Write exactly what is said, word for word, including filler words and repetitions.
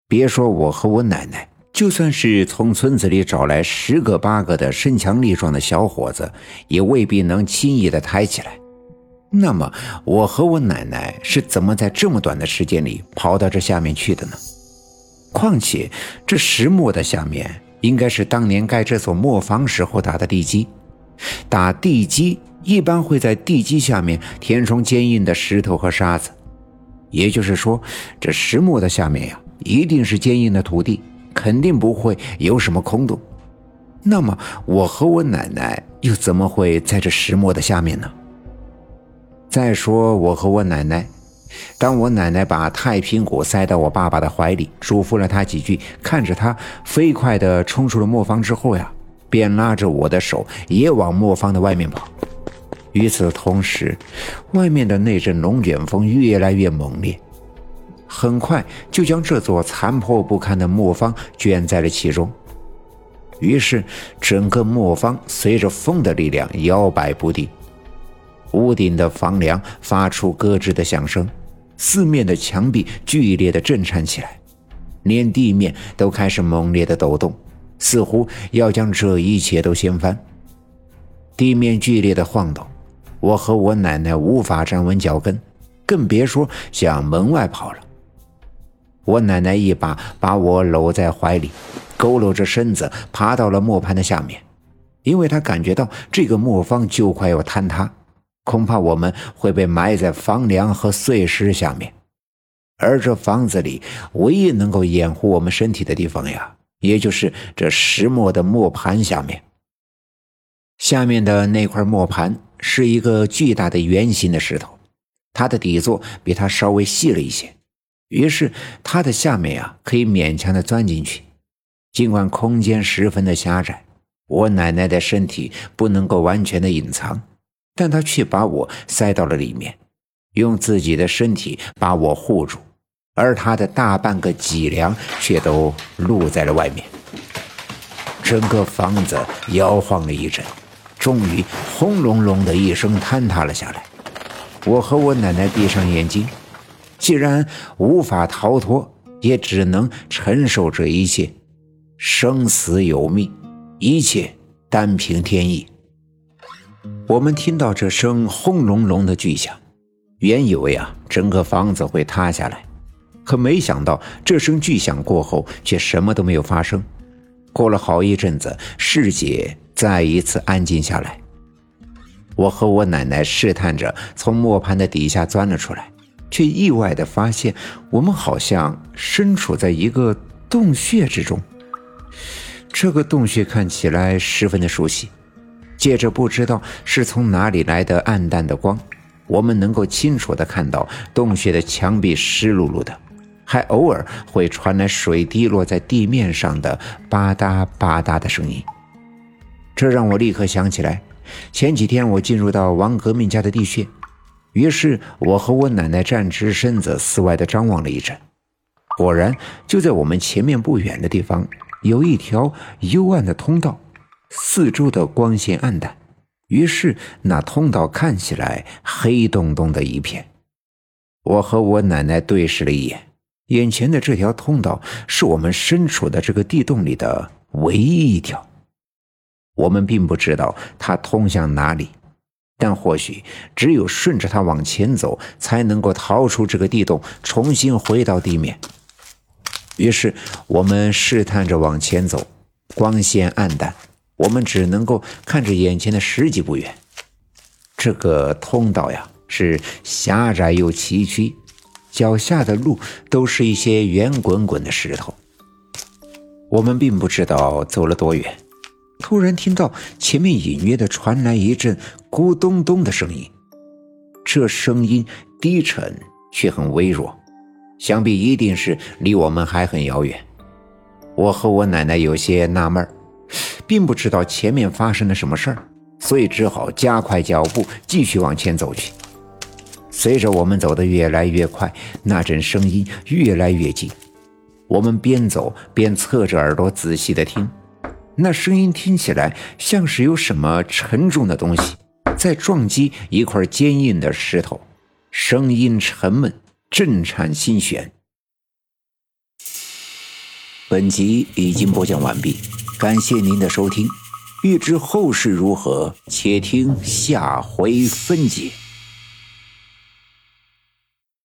别说我和我奶奶，就算是从村子里找来十个八个的身强力壮的小伙子，也未必能轻易的抬起来。那么我和我奶奶是怎么在这么短的时间里跑到这下面去的呢？况且这石磨的下面应该是当年盖这所磨坊时候打的地基，打地基一般会在地基下面填充坚硬的石头和沙子，也就是说这石磨的下面呀，一定是坚硬的土地，肯定不会有什么空洞。那么我和我奶奶又怎么会在这石磨的下面呢？再说我和我奶奶，当我奶奶把太平鼓塞到我爸爸的怀里，嘱咐了他几句，看着他飞快地冲出了磨坊之后呀，便拉着我的手也往磨坊的外面跑。与此同时，外面的那阵龙卷风越来越猛烈，很快就将这座残破不堪的磨坊卷在了其中。于是整个磨坊随着风的力量摇摆不定，屋顶的房梁发出咯吱的响声，四面的墙壁剧烈的震颤起来，连地面都开始猛烈的抖动，似乎要将这一切都掀翻。地面剧烈的晃动，我和我奶奶无法站稳脚跟，更别说向门外跑了。我奶奶一把把我搂在怀里，佝偻着身子爬到了磨盘的下面，因为她感觉到这个磨坊就快要坍塌，恐怕我们会被埋在房梁和碎石下面。而这房子里唯一能够掩护我们身体的地方呀，也就是这石磨的磨盘下面。下面的那块磨盘是一个巨大的圆形的石头，它的底座比它稍微细了一些，于是它的下面呀可以勉强的钻进去。尽管空间十分的狭窄，我奶奶的身体不能够完全的隐藏，但她却把我塞到了里面，用自己的身体把我护住，而她的大半个脊梁却都露在了外面。整个房子摇晃了一阵，终于轰隆隆的一声坍塌了下来。我和我奶奶闭上眼睛，既然无法逃脱，也只能承受这一切。生死有命，一切单凭天意。我们听到这声轰隆隆的巨响，原以为啊整个房子会塌下来，可没想到这声巨响过后却什么都没有发生。过了好一阵子，世界再一次安静下来。我和我奶奶试探着从磨盘的底下钻了出来，却意外地发现我们好像身处在一个洞穴之中。这个洞穴看起来十分的熟悉，借着不知道是从哪里来的暗淡的光，我们能够清楚地看到洞穴的墙壁湿漉漉的，还偶尔会传来水滴落在地面上的吧嗒吧嗒的声音。这让我立刻想起来，前几天我进入到王革命家的地穴，于是我和我奶奶站直身子，四外的张望了一阵。果然就在我们前面不远的地方，有一条幽暗的通道，四周的光线暗淡，于是那通道看起来黑洞洞的一片。我和我奶奶对视了一眼，眼前的这条通道是我们身处的这个地洞里的唯一一条。我们并不知道它通向哪里，但或许只有顺着它往前走，才能够逃出这个地洞，重新回到地面。于是我们试探着往前走，光线暗淡，我们只能够看着眼前的十几步远。这个通道呀，是狭窄又崎岖，脚下的路都是一些圆滚滚的石头。我们并不知道走了多远，突然听到前面隐约的传来一阵咕咚咚的声音，这声音低沉却很微弱，想必一定是离我们还很遥远。我和我奶奶有些纳闷，并不知道前面发生了什么事儿，所以只好加快脚步继续往前走去。随着我们走得越来越快，那阵声音越来越近，我们边走边侧着耳朵仔细地听，那声音听起来像是有什么沉重的东西在撞击一块坚硬的石头，声音沉闷，震颤心弦。 本集已经播讲完毕，感谢您的收听。欲知后事如何，且听下回分解。